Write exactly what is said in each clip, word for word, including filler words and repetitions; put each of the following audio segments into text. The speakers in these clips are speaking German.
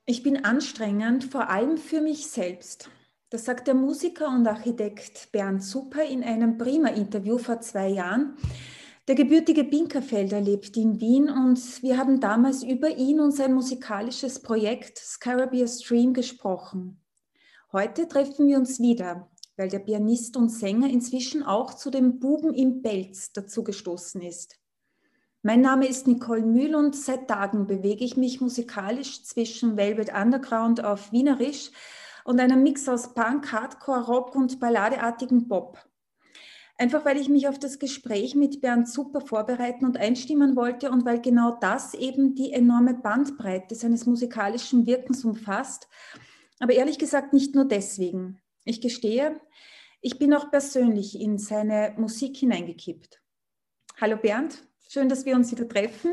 Ich bin anstrengend, vor allem für mich selbst. Das sagt der Musiker und Architekt Bernd Supper in einem Prima-Interview vor zwei Jahren. Der gebürtige Binkerfelder lebt in Wien und wir haben damals über ihn und sein musikalisches Projekt Scarabia Stream gesprochen. Heute treffen wir uns wieder, weil der Pianist und Sänger inzwischen auch zu den Buben im Pelz dazugestoßen ist. Mein Name ist Nicole Mühl und seit Tagen bewege ich mich musikalisch zwischen Velvet Underground auf Wienerisch und einem Mix aus Punk, Hardcore, Rock und balladeartigem Pop. Einfach weil ich mich auf das Gespräch mit Bernd Supper vorbereiten und einstimmen wollte und weil genau das eben die enorme Bandbreite seines musikalischen Wirkens umfasst. Aber ehrlich gesagt nicht nur deswegen. Ich gestehe, ich bin auch persönlich in seine Musik hineingekippt. Hallo Bernd. Schön, dass wir uns wieder treffen.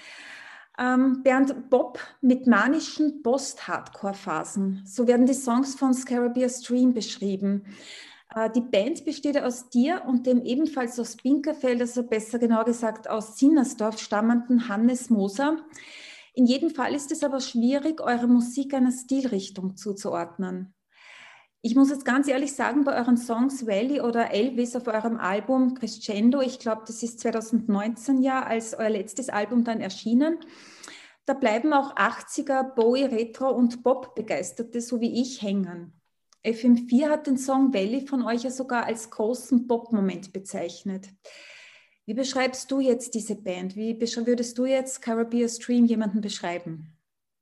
Ähm, Bernd, Pop mit manischen Post-Hardcore-Phasen. So werden die Songs von Scarabia Stream beschrieben. Äh, die Band besteht aus dir und dem ebenfalls aus Binkerfeld, also besser genau gesagt aus Sinnersdorf stammenden Hannes Moser. In jedem Fall ist es aber schwierig, eure Musik einer Stilrichtung zuzuordnen. Ich muss jetzt ganz ehrlich sagen, bei euren Songs Valley oder Elvis auf eurem Album Crescendo, ich glaube, das ist zwanzig neunzehn ja als euer letztes Album dann erschienen, da bleiben auch achtziger, Bowie, Retro und Pop-Begeisterte, so wie ich, hängen. F M vier hat den Song Valley von euch ja sogar als großen Pop-Moment bezeichnet. Wie beschreibst du jetzt diese Band? Wie würdest du jetzt Scarabia Stream jemanden beschreiben?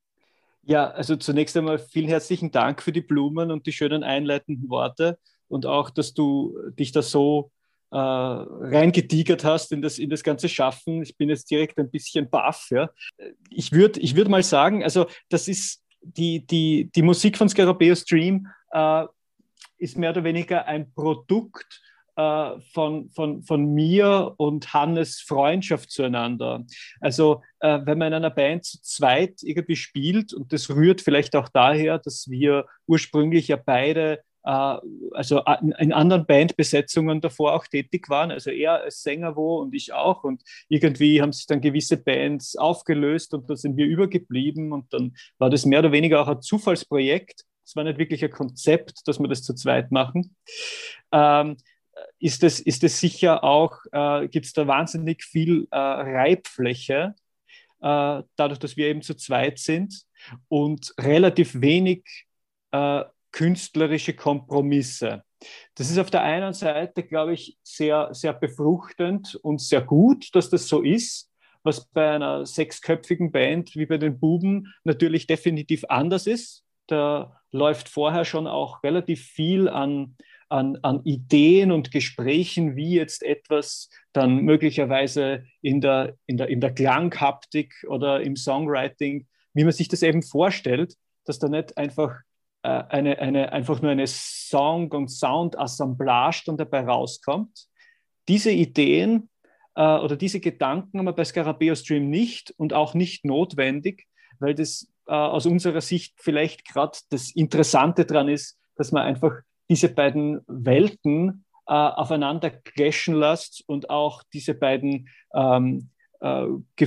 Ja, also zunächst einmal vielen herzlichen Dank für die Blumen und die schönen einleitenden Worte und auch, dass du dich da so äh, reingetigert hast in das, in das ganze Schaffen. Ich bin jetzt direkt ein bisschen baff. Ja. Ich würde ich würd mal sagen, also das ist die, die, die Musik von Scarabea Stream äh, ist mehr oder weniger ein Produkt Von, von, von mir und Hannes Freundschaft zueinander. Also äh, wenn man in einer Band zu zweit irgendwie spielt, und das rührt vielleicht auch daher, dass wir ursprünglich ja beide äh, also in, in anderen Bandbesetzungen davor auch tätig waren, also er als Sänger wo und ich auch, und irgendwie haben sich dann gewisse Bands aufgelöst und da sind wir übergeblieben und dann war das mehr oder weniger auch ein Zufallsprojekt. Es war nicht wirklich ein Konzept, dass wir das zu zweit machen. Ähm, ist es, ist es sicher auch, äh, gibt es da wahnsinnig viel äh, Reibfläche, äh, dadurch, dass wir eben zu zweit sind und relativ wenig äh, künstlerische Kompromisse. Das ist auf der einen Seite, glaube ich, sehr, sehr befruchtend und sehr gut, dass das so ist, was bei einer sechsköpfigen Band wie bei den Buben natürlich definitiv anders ist. Da läuft vorher schon auch relativ viel an An, an Ideen und Gesprächen, wie jetzt etwas dann möglicherweise in der, in der, in der Klanghaptik oder im Songwriting, wie man sich das eben vorstellt, dass da nicht einfach, äh, eine, eine, einfach nur eine Song- und Sound-Assemblage dann dabei rauskommt. Diese Ideen äh, oder diese Gedanken haben wir bei Scarabea Stream nicht und auch nicht notwendig, weil das äh, aus unserer Sicht vielleicht gerade das Interessante daran ist, dass man einfach diese beiden Welten äh, aufeinander clashen lässt und auch diese beiden ähm, äh,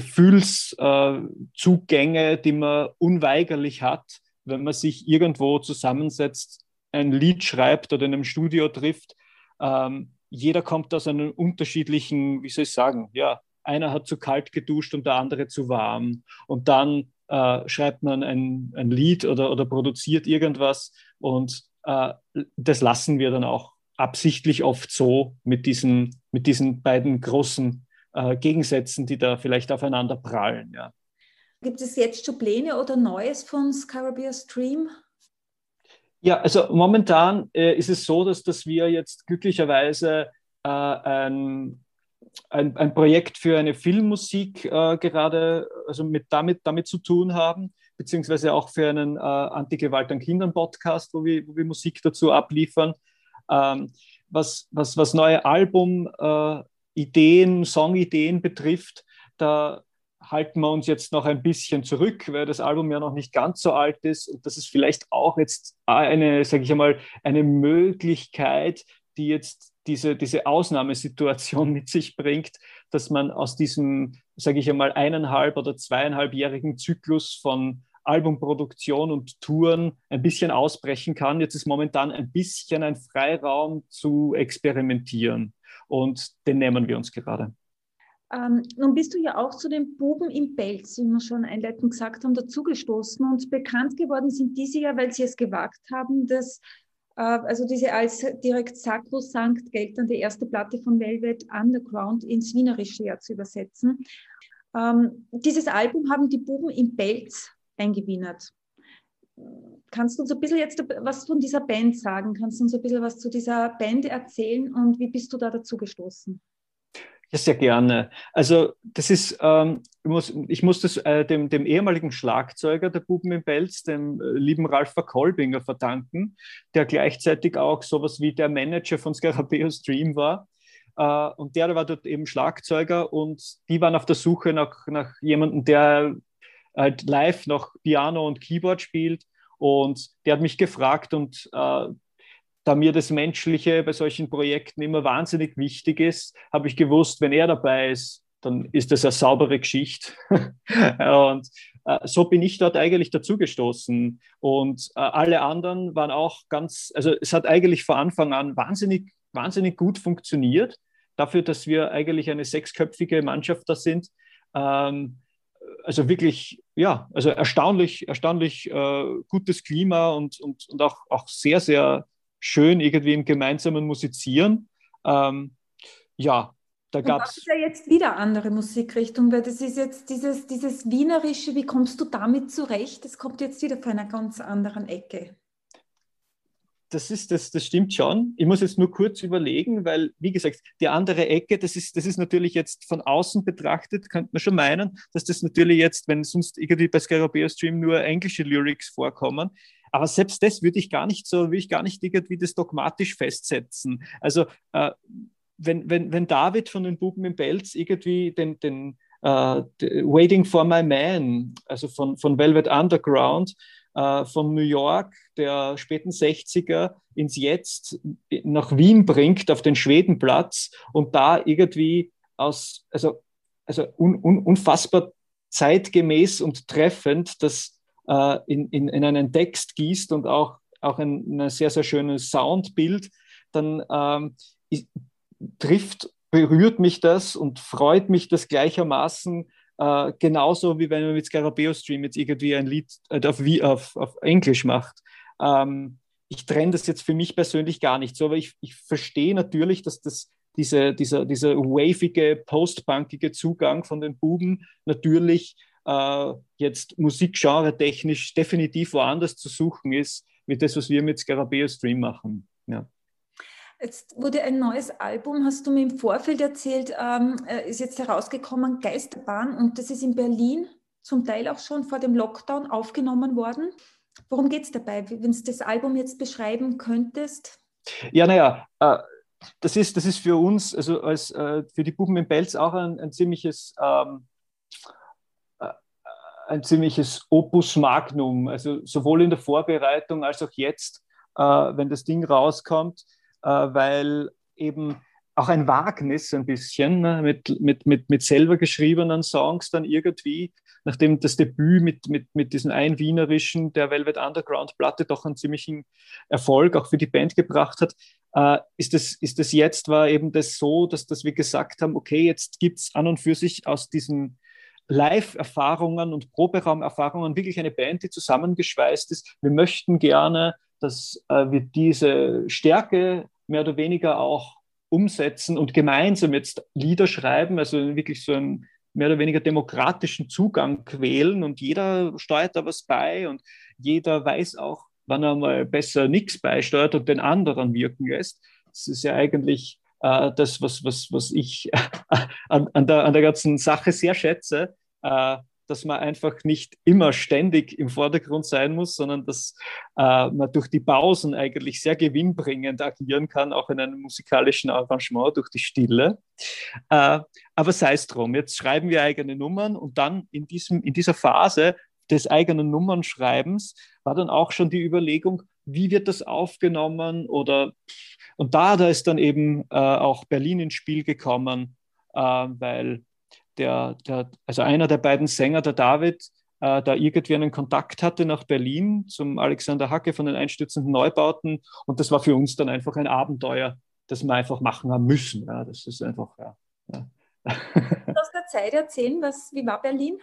Gefühlszugänge, äh, die man unweigerlich hat, wenn man sich irgendwo zusammensetzt, ein Lied schreibt oder in einem Studio trifft. Ähm, jeder kommt aus einem unterschiedlichen, wie soll ich sagen, ja, einer hat zu kalt geduscht und der andere zu warm. Und dann äh, schreibt man ein, ein Lied oder, oder produziert irgendwas und äh, das lassen wir dann auch absichtlich oft so mit diesen, mit diesen beiden großen äh, Gegensätzen, die da vielleicht aufeinander prallen. Ja. Gibt es jetzt schon Pläne oder Neues von Scarabea Stream? Ja, also momentan äh, ist es so, dass, dass wir jetzt glücklicherweise äh, ein, ein, ein Projekt für eine Filmmusik äh, gerade also mit damit, damit zu tun haben, beziehungsweise auch für einen äh, Antigewalt an Kindern Podcast, wo wir, wo wir Musik dazu abliefern. Ähm, was, was, was neue Album-Ideen, äh, Songideen betrifft, da halten wir uns jetzt noch ein bisschen zurück, weil das Album ja noch nicht ganz so alt ist und das ist vielleicht auch jetzt eine, sage ich einmal, eine Möglichkeit, die jetzt diese, diese Ausnahmesituation mit sich bringt, dass man aus diesem, sage ich einmal, eineinhalb oder zweieinhalbjährigen Zyklus von Albumproduktion und Touren ein bisschen ausbrechen kann. Jetzt ist momentan ein bisschen ein Freiraum zu experimentieren und den nehmen wir uns gerade. Ähm, nun bist du ja auch zu den Buben im Pelz, wie wir schon einleitend gesagt haben, dazugestoßen und bekannt geworden sind diese ja, weil sie es gewagt haben, dass äh, also diese als direkt sakrosankt geltende erste Platte von Velvet Underground ins Wienerische ja zu übersetzen. Ähm, dieses Album haben die Buben im Pelz eingewienert. Kannst du uns ein bisschen jetzt was von dieser Band sagen? Kannst du uns ein bisschen was zu dieser Band erzählen und wie bist du da dazugestoßen? Ja, sehr gerne. Also das ist, ähm, ich, muss, ich muss das äh, dem, dem ehemaligen Schlagzeuger der Buben im Pelz, dem äh, lieben Ralf Kolbinger, verdanken, der gleichzeitig auch sowas wie der Manager von Scarabeo Stream war. Äh, und der war dort eben Schlagzeuger und die waren auf der Suche nach, nach jemandem, der halt live noch Piano und Keyboard spielt. Und der hat mich gefragt und äh, da mir das Menschliche bei solchen Projekten immer wahnsinnig wichtig ist, habe ich gewusst, wenn er dabei ist, dann ist das eine saubere Geschichte. Und äh, so bin ich dort eigentlich dazugestoßen. Und äh, alle anderen waren auch ganz, also es hat eigentlich von Anfang an wahnsinnig, wahnsinnig gut funktioniert, dafür, dass wir eigentlich eine sechsköpfige Mannschaft da sind. Ähm, also wirklich, ja, also erstaunlich, erstaunlich äh, gutes Klima und, und, und auch, auch sehr, sehr schön irgendwie im gemeinsamen Musizieren. Ähm, ja, da Und gab das ist es. ja jetzt wieder andere Musikrichtung, weil das ist jetzt dieses, dieses Wienerische, wie kommst du damit zurecht? Das kommt jetzt wieder von einer ganz anderen Ecke. Das, ist, das, das stimmt schon. Ich muss jetzt nur kurz überlegen, weil, wie gesagt, die andere Ecke, das ist, das ist natürlich jetzt von außen betrachtet, könnte man schon meinen, dass das natürlich jetzt, wenn sonst irgendwie bei Scarabeo Stream nur englische Lyrics vorkommen, aber selbst das würde ich gar nicht so, würde ich gar nicht irgendwie das dogmatisch festsetzen. Also, äh, wenn, wenn, wenn David von den Buben im Pelz irgendwie den, den uh, Waiting for My Man, also von, von Velvet Underground, uh, von New York der späten sechziger ins Jetzt nach Wien bringt, auf den Schwedenplatz und da irgendwie aus, also, also un, un, unfassbar zeitgemäß und treffend das uh, in, in, in einen Text gießt und auch, auch ein, ein sehr, sehr schönes Soundbild, dann ähm, ist, trifft, berührt mich das und freut mich das gleichermaßen, äh, genauso wie wenn man mit Scarabeo Stream jetzt irgendwie ein Lied äh, auf, auf, auf Englisch macht. Ähm, ich trenne das jetzt für mich persönlich gar nicht so, aber ich, ich verstehe natürlich, dass das diese, dieser, dieser wavige, postpunkige Zugang von den Buben natürlich äh, jetzt musikgenre-technisch definitiv woanders zu suchen ist, wie das, was wir mit Scarabeo Stream machen. Ja. Jetzt wurde ein neues Album, hast du mir im Vorfeld erzählt, ähm, ist jetzt herausgekommen, Geisterbahn, und das ist in Berlin zum Teil auch schon vor dem Lockdown aufgenommen worden. Worum geht es dabei, wenn du das Album jetzt beschreiben könntest? Ja, naja, äh, das, ist, das ist für uns, also als, äh, für die Buben im Pelz auch ein, ein ziemliches ähm, ein ziemliches Opus Magnum, also sowohl in der Vorbereitung als auch jetzt, äh, wenn das Ding rauskommt, äh, weil eben auch ein Wagnis ein bisschen, ne, mit, mit, mit, mit selber geschriebenen Songs dann irgendwie, nachdem das Debüt mit, mit, mit diesem Einwienerischen der Velvet Underground Platte doch einen ziemlichen Erfolg auch für die Band gebracht hat, äh, ist, das, ist das jetzt, war eben das so, dass, dass wir gesagt haben, okay, jetzt gibt es an und für sich aus diesen Live-Erfahrungen und Proberaumerfahrungen wirklich eine Band, die zusammengeschweißt ist. Wir möchten gerne, dass äh, wir diese Stärke mehr oder weniger auch umsetzen und gemeinsam jetzt Lieder schreiben, also wirklich so einen mehr oder weniger demokratischen Zugang quälen und jeder steuert da was bei und jeder weiß auch, wann er mal besser nichts beisteuert und den anderen wirken lässt. Das ist ja eigentlich äh, das, was, was, was ich an, an, der, an der ganzen Sache sehr schätze, äh, dass man einfach nicht immer ständig im Vordergrund sein muss, sondern dass äh, man durch die Pausen eigentlich sehr gewinnbringend agieren kann, auch in einem musikalischen Arrangement durch die Stille. Äh, aber sei es drum, jetzt schreiben wir eigene Nummern und dann in, diesem, in dieser Phase des eigenen Nummernschreibens war dann auch schon die Überlegung, wie wird das aufgenommen oder und da, da ist dann eben äh, auch Berlin ins Spiel gekommen, äh, weil der, der, also einer der beiden Sänger, der David, äh, da irgendwie einen Kontakt hatte nach Berlin zum Alexander Hacke von den einstürzenden Neubauten. Und das war für uns dann einfach ein Abenteuer, das wir einfach machen haben müssen. Ja, das ist einfach, ja. ja. Aus der Zeit erzählen, was, wie war Berlin?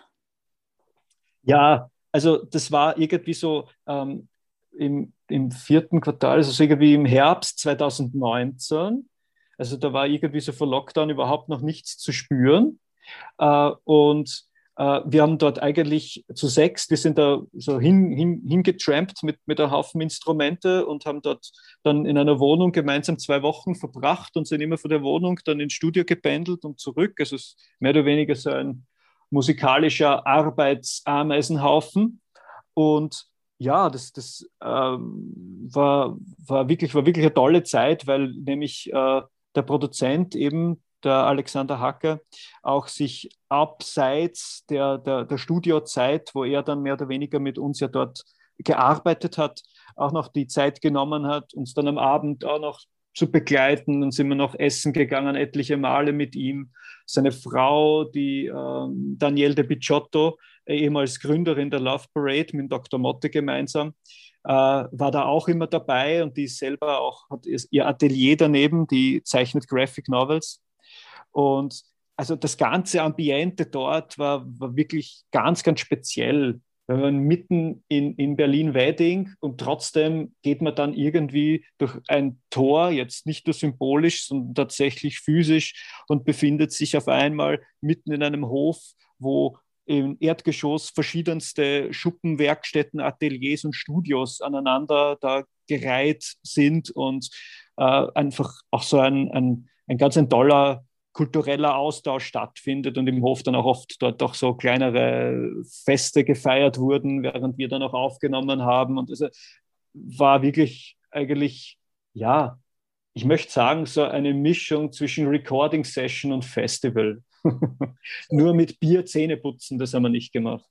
Ja, also das war irgendwie so ähm, im, im vierten Quartal, also so irgendwie im Herbst zwanzig neunzehn. Also da war irgendwie so vor Lockdown überhaupt noch nichts zu spüren. Äh, und äh, wir haben dort eigentlich zu sechs, wir sind da so hin, hin, hingetrampt mit, mit einem Haufen Instrumente und haben dort dann in einer Wohnung gemeinsam zwei Wochen verbracht und sind immer von der Wohnung dann ins Studio gependelt und zurück. Also es ist mehr oder weniger so ein musikalischer Arbeitsameisenhaufen. Und ja, das, das ähm, war, war, wirklich, war wirklich eine tolle Zeit, weil nämlich äh, der Produzent eben, der Alexander Hacker, auch sich abseits der, der, der Studiozeit, wo er dann mehr oder weniger mit uns ja dort gearbeitet hat, auch noch die Zeit genommen hat, uns dann am Abend auch noch zu begleiten. Dann sind wir noch essen gegangen, etliche Male mit ihm. Seine Frau, die ähm, Danielle de Picciotto, ehemals Gründerin der Love Parade mit Doktor Motte gemeinsam, äh, war da auch immer dabei und die selber auch hat ihr Atelier daneben, die zeichnet Graphic Novels. Und also das ganze Ambiente dort war, war wirklich ganz, ganz speziell. Wenn man mitten in, in Berlin-Wedding und trotzdem geht man dann irgendwie durch ein Tor, jetzt nicht nur symbolisch, sondern tatsächlich physisch und befindet sich auf einmal mitten in einem Hof, wo im Erdgeschoss verschiedenste Schuppenwerkstätten, Ateliers und Studios aneinander da gereiht sind und äh, einfach auch so ein, ein, ein ganz ein toller kultureller Austausch stattfindet und im Hof dann auch oft dort auch so kleinere Feste gefeiert wurden, während wir dann auch aufgenommen haben. Und es war wirklich eigentlich, ja, ich möchte sagen, so eine Mischung zwischen Recording Session und Festival. Nur mit Bier Zähne putzen, das haben wir nicht gemacht.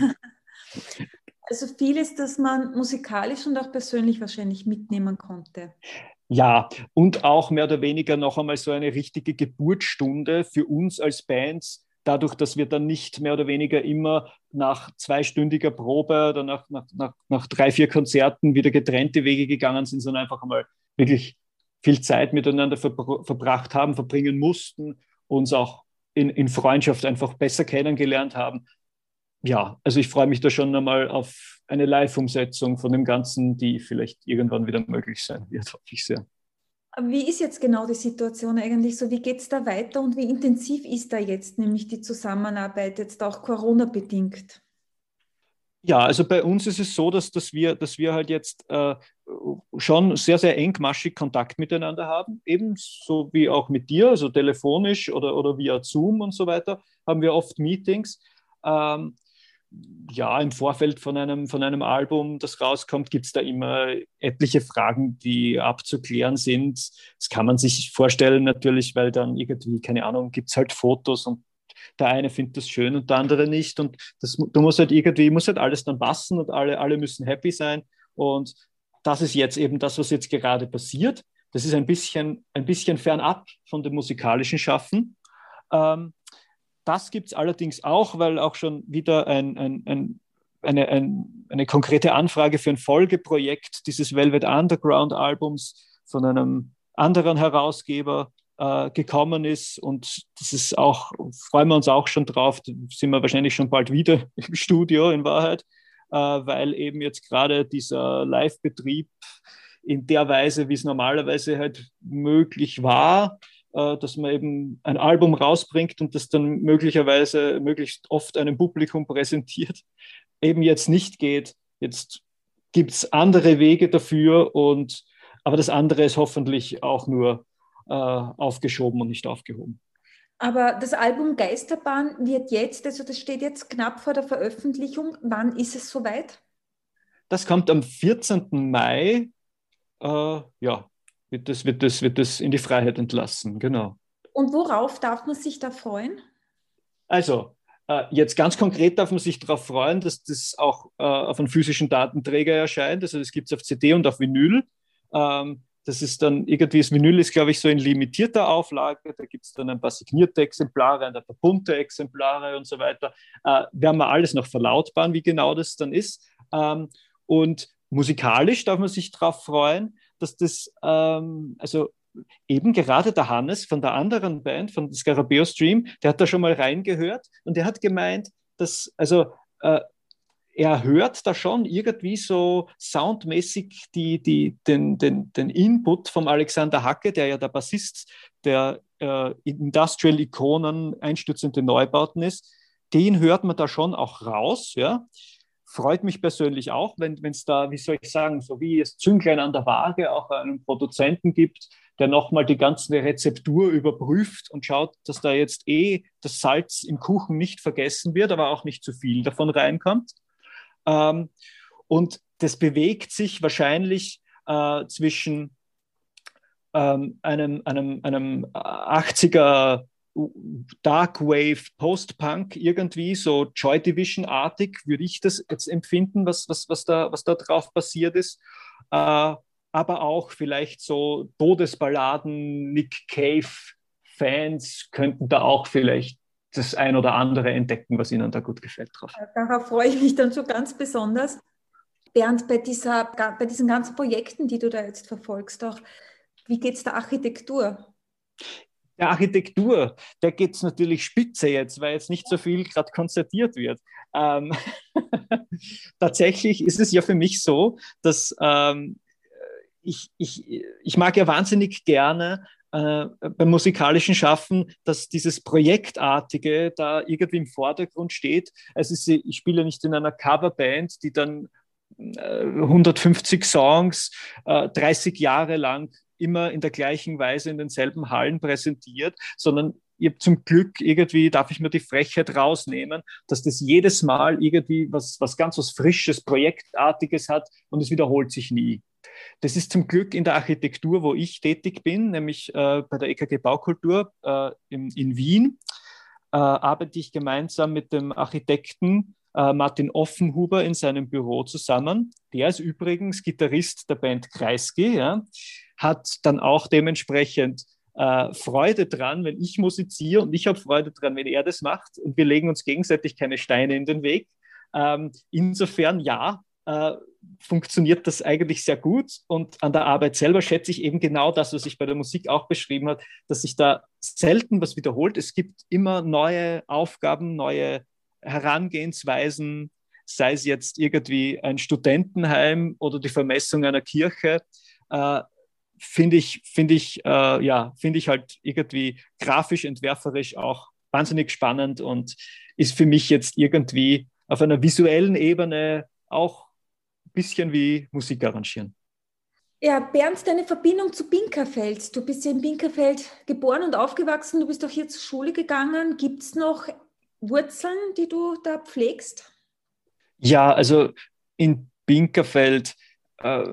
Also vieles, das man musikalisch und auch persönlich wahrscheinlich mitnehmen konnte. Ja, und auch mehr oder weniger noch einmal so eine richtige Geburtsstunde für uns als Bands, dadurch, dass wir dann nicht mehr oder weniger immer nach zweistündiger Probe oder nach, nach, nach, nach drei, vier Konzerten wieder getrennte Wege gegangen sind, sondern einfach einmal wirklich viel Zeit miteinander verbr- verbracht haben, verbringen mussten, uns auch in, in Freundschaft einfach besser kennengelernt haben. Ja, also ich freue mich da schon einmal auf eine Live-Umsetzung von dem Ganzen, die vielleicht irgendwann wieder möglich sein wird, hoffe ich sehr. Wie ist jetzt genau die Situation eigentlich so? Wie geht es da weiter und wie intensiv ist da jetzt nämlich die Zusammenarbeit, jetzt auch Corona-bedingt? Ja, also bei uns ist es so, dass, dass, wir, dass wir halt jetzt äh, schon sehr, sehr engmaschig Kontakt miteinander haben, ebenso wie auch mit dir, also telefonisch oder, oder via Zoom und so weiter, haben wir oft Meetings. Ähm, ja, im Vorfeld von einem, von einem Album, das rauskommt, gibt es da immer etliche Fragen, die abzuklären sind. Das kann man sich vorstellen natürlich, weil dann irgendwie, keine Ahnung, gibt es halt Fotos und der eine findet das schön und der andere nicht. Und das, du musst halt irgendwie, muss halt alles dann passen und alle, alle müssen happy sein. Und das ist jetzt eben das, was jetzt gerade passiert. Das ist ein bisschen, ein bisschen fernab von dem musikalischen Schaffen. Ähm, Das gibt es allerdings auch, weil auch schon wieder ein, ein, ein, eine, ein, eine konkrete Anfrage für ein Folgeprojekt dieses Velvet Underground Albums von einem anderen Herausgeber äh, gekommen ist. Und das ist auch, freuen wir uns auch schon drauf, da sind wir wahrscheinlich schon bald wieder im Studio in Wahrheit, äh, weil eben jetzt gerade dieser Live-Betrieb in der Weise, wie es normalerweise halt möglich war, dass man eben ein Album rausbringt und das dann möglicherweise möglichst oft einem Publikum präsentiert, eben jetzt nicht geht. Jetzt gibt es andere Wege dafür, und, aber das andere ist hoffentlich auch nur äh, aufgeschoben und nicht aufgehoben. Aber das Album Geisterbahn wird jetzt, also das steht jetzt knapp vor der Veröffentlichung. Wann ist es soweit? Das kommt am vierzehnten Mai. Äh, ja, wird das, wird, das, wird das in die Freiheit entlassen, genau. Und worauf darf man sich da freuen? Also, äh, jetzt ganz konkret darf man sich darauf freuen, dass das auch äh, auf einem physischen Datenträger erscheint. Also das gibt es auf C D und auf Vinyl. Ähm, Das ist dann irgendwie, das Vinyl ist, glaube ich, so in limitierter Auflage. Da gibt es dann ein paar signierte Exemplare, ein paar bunte Exemplare und so weiter. Äh, werden wir alles noch verlautbaren, wie genau das dann ist. Ähm, und musikalisch darf man sich darauf freuen, dass das, ähm, also eben gerade der Hannes von der anderen Band, von Scarabeo Stream, der hat da schon mal reingehört und der hat gemeint, dass, also äh, er hört da schon irgendwie so soundmäßig die, die, den, den, den Input vom Alexander Hacke, der ja der Bassist der äh, Industrial Ikonen einstürzende Neubauten ist. Den hört man da schon auch raus, ja. Freut mich persönlich auch, wenn es da, wie soll ich sagen, so wie es Zünglein an der Waage auch einen Produzenten gibt, der nochmal die ganze Rezeptur überprüft und schaut, dass da jetzt eh das Salz im Kuchen nicht vergessen wird, aber auch nicht zu viel davon reinkommt. Ähm, und das bewegt sich wahrscheinlich äh, zwischen ähm, einem, einem, einem achtziger Darkwave, Post-Punk irgendwie, so Joy Division-artig, würde ich das jetzt empfinden, was, was, was, da, was da drauf passiert ist. Äh, aber auch vielleicht so Todesballaden, Nick Cave-Fans könnten da auch vielleicht das ein oder andere entdecken, was ihnen da gut gefällt drauf. Darauf freue ich mich dann so ganz besonders. Bernd, bei, dieser, bei diesen ganzen Projekten, die du da jetzt verfolgst, auch, wie geht es der Architektur? Der Architektur, da geht es natürlich spitze jetzt, weil jetzt nicht so viel gerade konzertiert wird. Ähm, tatsächlich ist es ja für mich so, dass ähm, ich, ich, ich mag ja wahnsinnig gerne äh, beim musikalischen Schaffen, dass dieses Projektartige da irgendwie im Vordergrund steht. Also ich spiele nicht in einer Coverband, die dann äh, hundertfünfzig Songs äh, dreißig Jahre lang immer in der gleichen Weise in denselben Hallen präsentiert, sondern ich habe zum Glück irgendwie, darf ich mir die Frechheit rausnehmen, dass das jedes Mal irgendwie was, was ganz was Frisches, Projektartiges hat und es wiederholt sich nie. Das ist zum Glück in der Architektur, wo ich tätig bin, nämlich äh, bei der E K G Baukultur äh, in, in Wien, äh, arbeite ich gemeinsam mit dem Architekten äh, Martin Offenhuber in seinem Büro zusammen. Der ist übrigens Gitarrist der Band Kreisky, ja, hat dann auch dementsprechend äh, Freude dran, wenn ich musiziere, und ich habe Freude dran, wenn er das macht, und wir legen uns gegenseitig keine Steine in den Weg. Ähm, insofern ja, äh, funktioniert das eigentlich sehr gut, und an der Arbeit selber schätze ich eben genau das, was ich bei der Musik auch beschrieben habe, dass sich da selten was wiederholt. Es gibt immer neue Aufgaben, neue Herangehensweisen, sei es jetzt irgendwie ein Studentenheim oder die Vermessung einer Kirche, äh, finde ich, finde ich, äh, ja, finde ich halt irgendwie grafisch, entwerferisch auch wahnsinnig spannend und ist für mich jetzt irgendwie auf einer visuellen Ebene auch ein bisschen wie Musik arrangieren. Ja, Bernd, deine Verbindung zu Binkerfeld. Du bist ja in Binkerfeld geboren und aufgewachsen, du bist auch hier zur Schule gegangen. Gibt es noch Wurzeln, die du da pflegst? Ja, also in Binkerfeld, äh,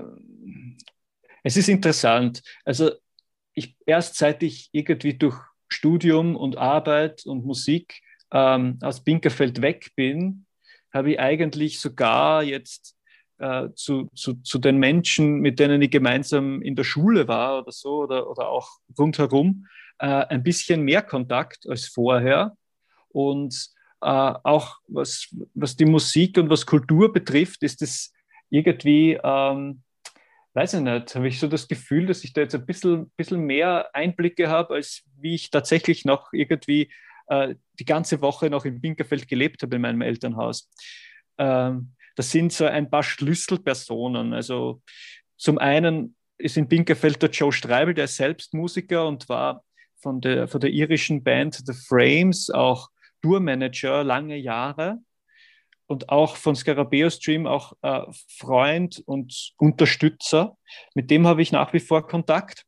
es ist interessant. Also ich, erst seit ich irgendwie durch Studium und Arbeit und Musik ähm, aus Binkerfeld weg bin, habe ich eigentlich sogar jetzt äh, zu, zu, zu den Menschen, mit denen ich gemeinsam in der Schule war oder so, oder, oder auch rundherum, äh, ein bisschen mehr Kontakt als vorher. Und äh, auch was, was die Musik und was Kultur betrifft, ist es irgendwie, ähm, weiß ich nicht, habe ich so das Gefühl, dass ich da jetzt ein bisschen, bisschen mehr Einblicke habe, als wie ich tatsächlich noch irgendwie äh, die ganze Woche noch in Binkerfeld gelebt habe in meinem Elternhaus. Ähm, das sind so ein paar Schlüsselpersonen. Also zum einen ist in Binkerfeld der Joe Streibel, der ist selbst Musiker und war von der, von der irischen Band The Frames auch Tourmanager lange Jahre. Und auch von Scarabeo Stream auch äh, Freund und Unterstützer. Mit dem habe ich nach wie vor Kontakt.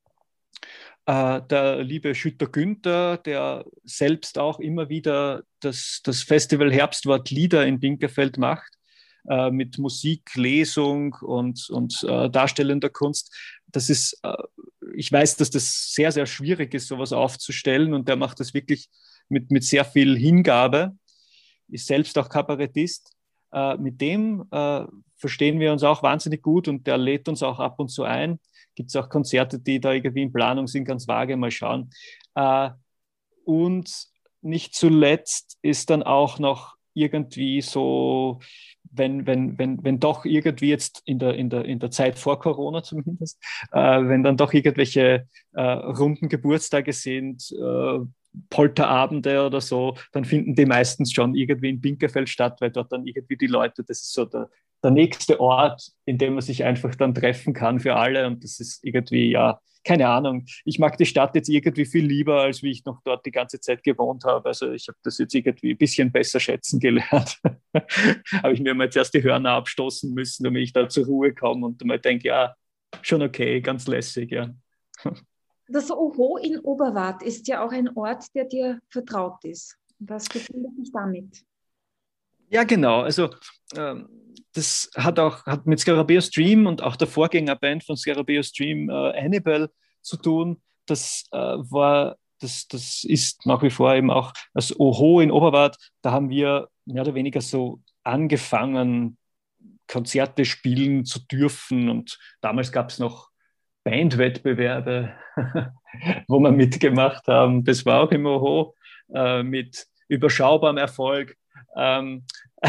Äh, der liebe Schütter Günther, der selbst auch immer wieder das, das Festival Herbstwort Lieder in Binkerfeld macht, äh, mit Musik, Lesung und, und äh, darstellender Kunst. Das ist, äh, ich weiß, dass das sehr, sehr schwierig ist, sowas aufzustellen, und der macht das wirklich mit, mit sehr viel Hingabe. Ist selbst auch Kabarettist. Äh, mit dem äh, verstehen wir uns auch wahnsinnig gut und der lädt uns auch ab und zu ein. Gibt es auch Konzerte, die da irgendwie in Planung sind, ganz vage, mal schauen. Äh, und nicht zuletzt ist dann auch noch irgendwie so, wenn, wenn, wenn, wenn doch irgendwie jetzt in der, in der, in der Zeit vor Corona zumindest, äh, wenn dann doch irgendwelche äh, runden Geburtstage sind, äh, Polterabende oder so, dann finden die meistens schon irgendwie in Binkerfeld statt, weil dort dann irgendwie die Leute, das ist so der, der nächste Ort, in dem man sich einfach dann treffen kann für alle und das ist irgendwie, ja, keine Ahnung. Ich mag die Stadt jetzt irgendwie viel lieber, als wie ich noch dort die ganze Zeit gewohnt habe. Also ich habe das jetzt irgendwie ein bisschen besser schätzen gelernt. Habe ich mir mal zuerst die Hörner abstoßen müssen, damit ich da zur Ruhe komme und mal denke, ja, schon okay, ganz lässig, ja. Das Oho in Oberwart ist ja auch ein Ort, der dir vertraut ist. Was verbindet dich damit? Ja, genau. Also ähm, das hat auch hat mit Scarabeo Stream und auch der Vorgängerband von Scarabeo Stream, äh, Hannibal, zu tun. Das äh, war, das, das ist nach wie vor eben auch das Oho in Oberwart. Da haben wir mehr oder weniger so angefangen, Konzerte spielen zu dürfen. Und damals gab es noch Bandwettbewerbe, wo wir mitgemacht haben. Das war auch im Oho äh, mit überschaubarem Erfolg. Ähm,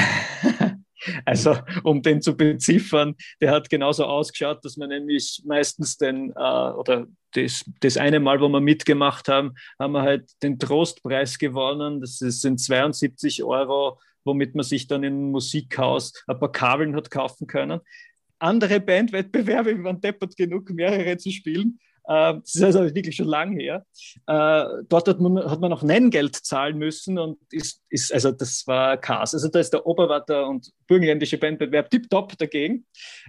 also, um den zu beziffern, der hat genauso ausgeschaut, dass man nämlich meistens den, äh, oder das, das eine Mal, wo wir mitgemacht haben, haben wir halt den Trostpreis gewonnen. Das sind zweiundsiebzig Euro, womit man sich dann im Musikhaus ein paar Kabeln hat kaufen können. Andere Bandwettbewerbe, wir waren deppert genug, mehrere zu spielen. Das ist also wirklich schon lang her. Dort hat man, hat man noch Nenngeld zahlen müssen und ist, ist also das war Chaos. Also da ist der Oberwarter und burgenländische Bandwettbewerb tipptopp dagegen.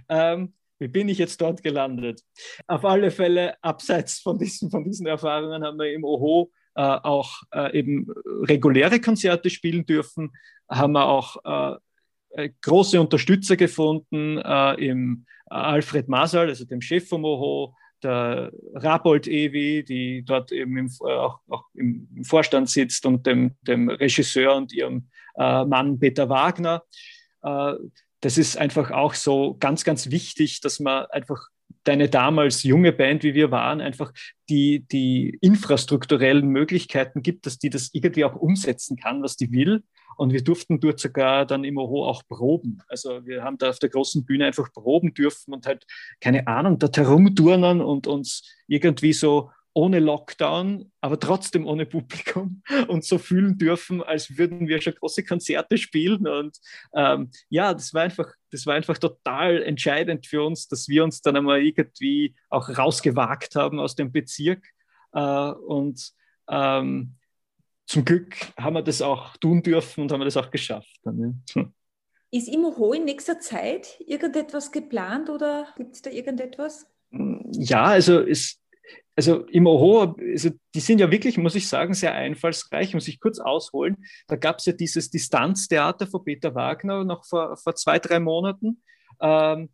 Wie bin ich jetzt dort gelandet? Auf alle Fälle, abseits von diesen, von diesen Erfahrungen, haben wir im Oho äh, auch äh, eben reguläre Konzerte spielen dürfen, haben wir auch äh, große Unterstützer gefunden äh, im Alfred Masal, also dem Chef vom Oho, der Rabold Ewi, die dort eben im, äh, auch, auch im Vorstand sitzt und dem, dem Regisseur und ihrem äh, Mann Peter Wagner. Äh, das ist einfach auch so ganz, ganz wichtig, dass man einfach deine damals junge Band, wie wir waren, einfach die, die infrastrukturellen Möglichkeiten gibt, dass die das irgendwie auch umsetzen kann, was die will. Und wir durften dort sogar dann im Oho auch proben. Also wir haben da auf der großen Bühne einfach proben dürfen und halt, keine Ahnung, dort herumturnen und uns irgendwie so ohne Lockdown, aber trotzdem ohne Publikum und so fühlen dürfen, als würden wir schon große Konzerte spielen. Und ähm, ja, das war einfach, das war einfach total entscheidend für uns, dass wir uns dann einmal irgendwie auch rausgewagt haben aus dem Bezirk. Äh, und ähm, zum Glück haben wir das auch tun dürfen und haben wir das auch geschafft. Dann, ja. Ist im Oho in nächster Zeit irgendetwas geplant oder gibt es da irgendetwas? Ja, also es Also im Oho, also die sind ja wirklich, muss ich sagen, sehr einfallsreich. Muss ich kurz ausholen. Da gab es ja dieses Distanztheater von Peter Wagner noch vor, vor zwei, drei Monaten, ähm,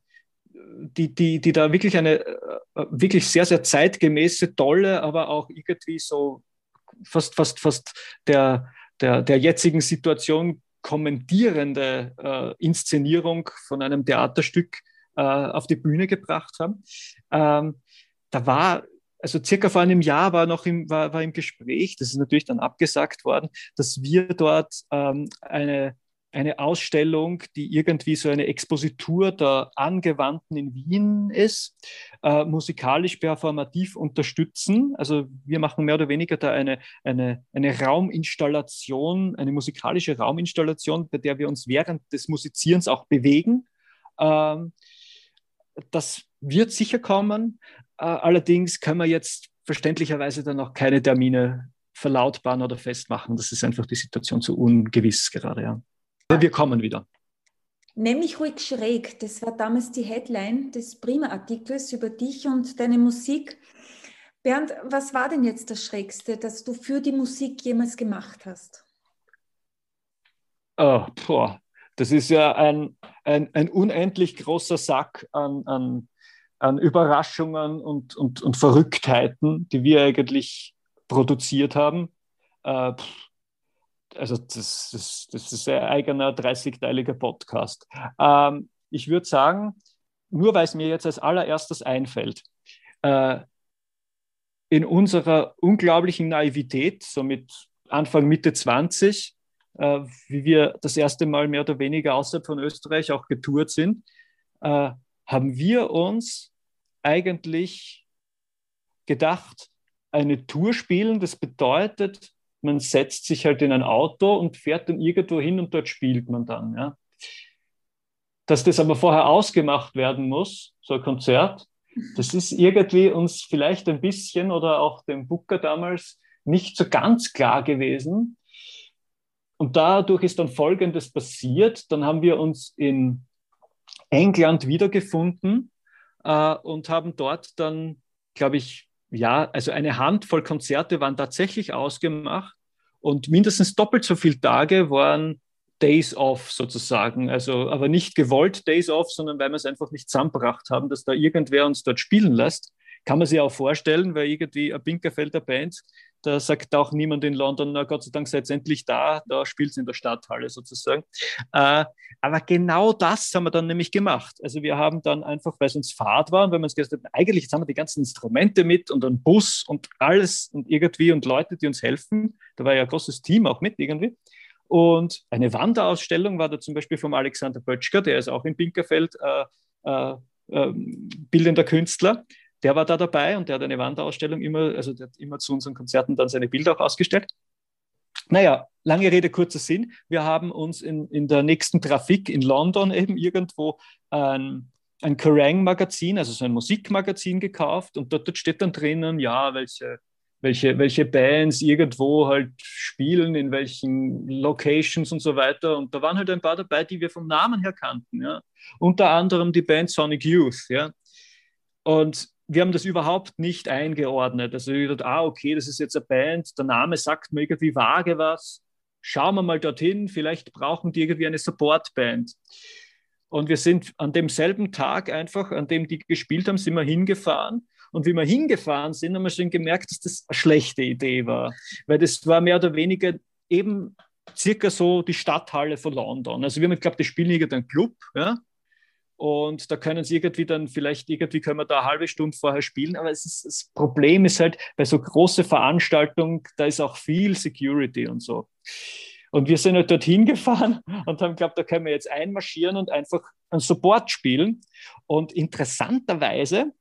die, die, die da wirklich eine äh, wirklich sehr, sehr zeitgemäße, tolle, aber auch irgendwie so fast, fast, fast der, der, der jetzigen Situation kommentierende äh, Inszenierung von einem Theaterstück äh, auf die Bühne gebracht haben. Ähm, da war also circa vor einem Jahr war noch im, war, war im Gespräch, das ist natürlich dann abgesagt worden, dass wir dort ähm, eine, eine Ausstellung, die irgendwie so eine Expositur der Angewandten in Wien ist, äh, musikalisch performativ unterstützen. Also wir machen mehr oder weniger da eine, eine, eine Rauminstallation, eine musikalische Rauminstallation, bei der wir uns während des Musizierens auch bewegen. Ähm, das wird sicher kommen. Äh, allerdings können wir jetzt verständlicherweise dann noch keine Termine verlautbaren oder festmachen. Das ist einfach die Situation so ungewiss gerade. Ja. Aber wir kommen wieder. Nämlich ruhig schräg. Das war damals die Headline des Prima-Artikels über dich und deine Musik. Bernd, was war denn jetzt das Schrägste, das du für die Musik jemals gemacht hast? Oh, boah. Das ist ja ein, ein, ein unendlich großer Sack an, an, an Überraschungen und, und, und Verrücktheiten, die wir eigentlich produziert haben. Äh, also das, das, das ist ein eigener dreißigteiliger Podcast. Ähm, ich würde sagen, nur weil es mir jetzt als allererstes einfällt, äh, in unserer unglaublichen Naivität, so mit Anfang, Mitte zwanzig, äh, wie wir das erste Mal mehr oder weniger außerhalb von Österreich auch getourt sind, äh, haben wir uns eigentlich gedacht, eine Tour spielen, das bedeutet, man setzt sich halt in ein Auto und fährt dann irgendwo hin und dort spielt man dann. Ja. Dass das aber vorher ausgemacht werden muss, so ein Konzert, das ist irgendwie uns vielleicht ein bisschen oder auch dem Booker damals nicht so ganz klar gewesen. Und dadurch ist dann Folgendes passiert. Dann haben wir uns in England wiedergefunden äh, und haben dort dann, glaube ich, ja, also eine Handvoll Konzerte waren tatsächlich ausgemacht und mindestens doppelt so viele Tage waren Days off sozusagen. Also, aber nicht gewollt Days off, sondern weil wir es einfach nicht zusammengebracht haben, dass da irgendwer uns dort spielen lässt. Kann man sich auch vorstellen, weil irgendwie eine Binkerfelder Band, da sagt auch niemand in London, na Gott sei Dank seid ihr endlich da, da spielt es in der Stadthalle sozusagen. Äh, aber genau das haben wir dann nämlich gemacht. Also wir haben dann einfach, weil es uns Fahrt war, und wenn wir uns gesagt haben, eigentlich jetzt haben wir die ganzen Instrumente mit und einen Bus und alles und irgendwie und Leute, die uns helfen. Da war ja ein großes Team auch mit irgendwie. Und eine Wanderausstellung war da zum Beispiel vom Alexander Böttcher, der ist auch in Binkerfeld äh, äh, äh, bildender Künstler. Der war da dabei und der hat eine Wanderausstellung immer, also der hat immer zu unseren Konzerten dann seine Bilder auch ausgestellt. Naja, lange Rede, kurzer Sinn. Wir haben uns in, in der nächsten Trafik in London eben irgendwo ein, ein Kerrang-Magazin, also so ein Musikmagazin gekauft und dort, dort steht dann drinnen, ja, welche, welche, welche Bands irgendwo halt spielen, in welchen Locations und so weiter. Und da waren halt ein paar dabei, die wir vom Namen her kannten. Ja. Unter anderem die Band Sonic Youth. Ja. Und wir haben das überhaupt nicht eingeordnet. Also ich dachte, ah, okay, das ist jetzt eine Band, der Name sagt mir irgendwie vage was. Schauen wir mal dorthin, vielleicht brauchen die irgendwie eine Supportband. Und wir sind an demselben Tag einfach, an dem die gespielt haben, sind wir hingefahren. Und wie wir hingefahren sind, haben wir schon gemerkt, dass das eine schlechte Idee war. Weil das war mehr oder weniger eben circa so die Stadthalle von London. Also wir haben geglaubt, die spielen irgendeinen Club, ja. Und da können sie irgendwie dann, vielleicht irgendwie können wir da eine halbe Stunde vorher spielen. Aber es ist, das Problem ist halt, bei so großen Veranstaltungen, da ist auch viel Security und so. Und wir sind halt dorthin gefahren und haben geglaubt, da können wir jetzt einmarschieren und einfach einen Support spielen. Und interessanterweise,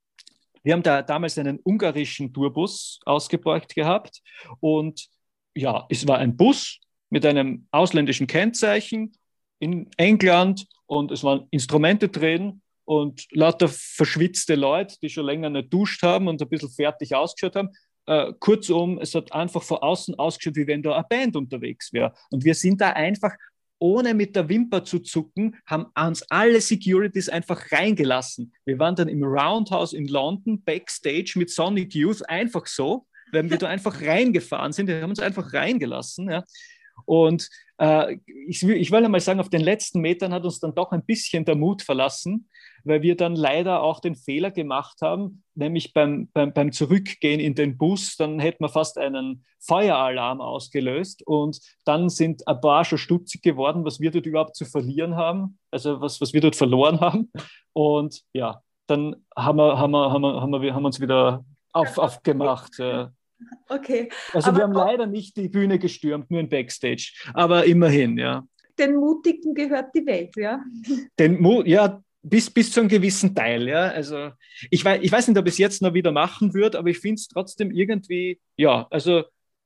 wir haben da damals einen ungarischen Tourbus ausgeborgt gehabt. Und ja, es war ein Bus mit einem ausländischen Kennzeichen in England und es waren Instrumente drin und lauter verschwitzte Leute, die schon länger nicht duscht haben und ein bisschen fertig ausgeschaut haben. Äh, kurzum, es hat einfach von außen ausgeschaut, wie wenn da eine Band unterwegs wäre. Und wir sind da einfach, ohne mit der Wimper zu zucken, haben uns alle Securities einfach reingelassen. Wir waren dann im Roundhouse in London, Backstage mit Sonic Youth, einfach so, weil wir da einfach reingefahren sind. Wir haben uns einfach reingelassen, ja. Und äh, ich, ich will einmal sagen, auf den letzten Metern hat uns dann doch ein bisschen der Mut verlassen, weil wir dann leider auch den Fehler gemacht haben, nämlich beim, beim, beim Zurückgehen in den Bus, dann hätten wir fast einen Feueralarm ausgelöst und dann sind ein paar schon stutzig geworden, was wir dort überhaupt zu verlieren haben, also was, was wir dort verloren haben. Und ja, dann haben wir, haben wir, haben wir, haben wir, haben wir uns wieder auf, aufgemacht. Äh, Okay. Also aber wir haben leider nicht die Bühne gestürmt, nur ein Backstage, aber immerhin, ja. Den Mutigen gehört die Welt, ja. Den Mut, ja, bis, bis zu einem gewissen Teil, ja. Also ich weiß, ich weiß nicht, ob ich es jetzt noch wieder machen würde, aber ich finde es trotzdem irgendwie, ja, also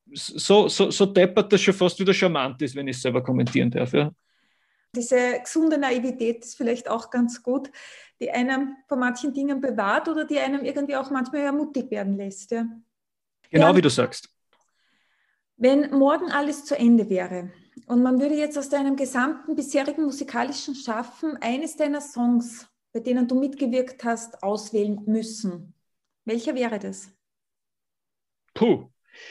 so, so, so deppert das schon fast wieder charmant ist, wenn ich es selber kommentieren darf, ja. Diese gesunde Naivität ist vielleicht auch ganz gut, die einem vor manchen Dingen bewahrt oder die einem irgendwie auch manchmal ermutigt werden lässt, ja. Genau Ja, wie du sagst. wenn morgen alles zu Ende wäre und man würde jetzt aus deinem gesamten bisherigen musikalischen Schaffen eines deiner Songs, bei denen du mitgewirkt hast, auswählen müssen, welcher wäre das? Puh.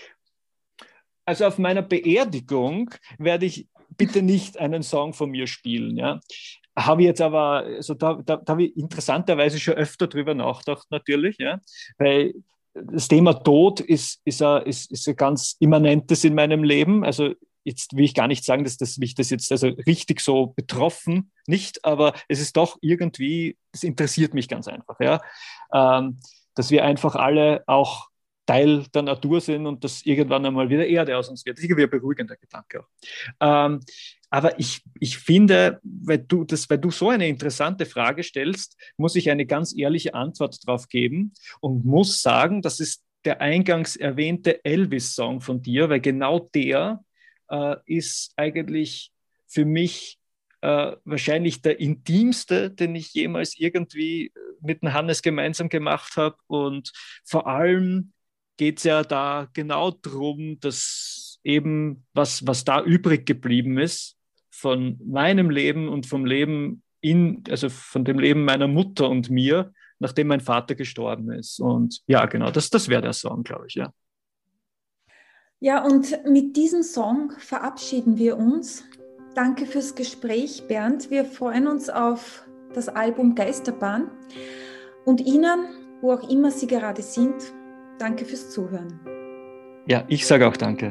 Also auf meiner Beerdigung werde ich bitte nicht einen Song von mir spielen, ja. Habe ich jetzt aber, also da, da, da habe ich interessanterweise schon öfter drüber nachgedacht natürlich, ja, weil das Thema Tod ist, ist, ein, ist, ist ein ganz immanentes in meinem Leben. Also jetzt will ich gar nicht sagen, dass das mich das jetzt also richtig so betroffen, nicht, aber es ist doch irgendwie, es interessiert mich ganz einfach, ja, ähm, dass wir einfach alle auch Teil der Natur sind und dass irgendwann einmal wieder Erde aus uns wird. Das ist irgendwie ein beruhigender Gedanke auch. Ähm, aber ich, ich finde, weil du, das, weil du so eine interessante Frage stellst, muss ich eine ganz ehrliche Antwort darauf geben und muss sagen, das ist der eingangs erwähnte Elvis-Song von dir, weil genau der äh, ist eigentlich für mich äh, wahrscheinlich der intimste, den ich jemals irgendwie mit dem Hannes gemeinsam gemacht habe. Und vor allem geht es ja da genau darum, dass eben was, was da übrig geblieben ist von meinem Leben und vom Leben in, also von dem Leben meiner Mutter und mir, nachdem mein Vater gestorben ist. Und ja, genau, das, das wäre der Song, glaube ich, ja. Ja, und mit diesem Song verabschieden wir uns. Danke fürs Gespräch, Bernd. Wir freuen uns auf das Album Geisterbahn. Und Ihnen, wo auch immer Sie gerade sind, danke fürs Zuhören. Ja, ich sage auch danke.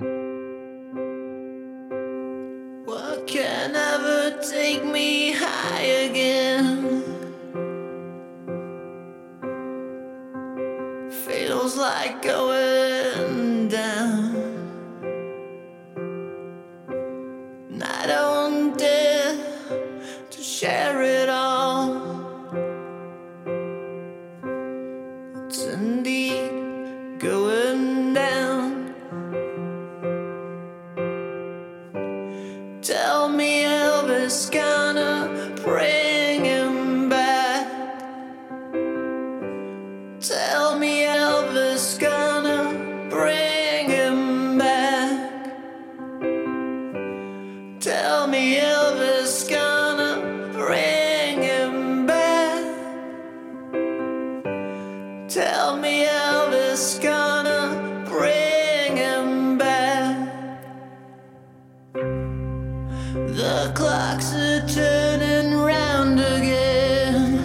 What can ever take me high again? Feels like going down. And I don't dare to share it all. It's indeed going down. Tell me Elvis gonna bring him back. Tell me Elvis gonna bring him back. Tell me Elvis gonna bring him back. Tell me Elvis gonna bring him back. The clocks are turning round again.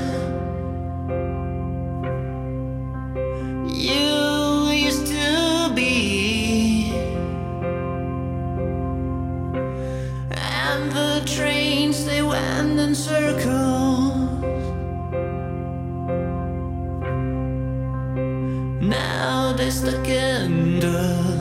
You used to be, and the trains they went in circles. Now they're stuck in dust.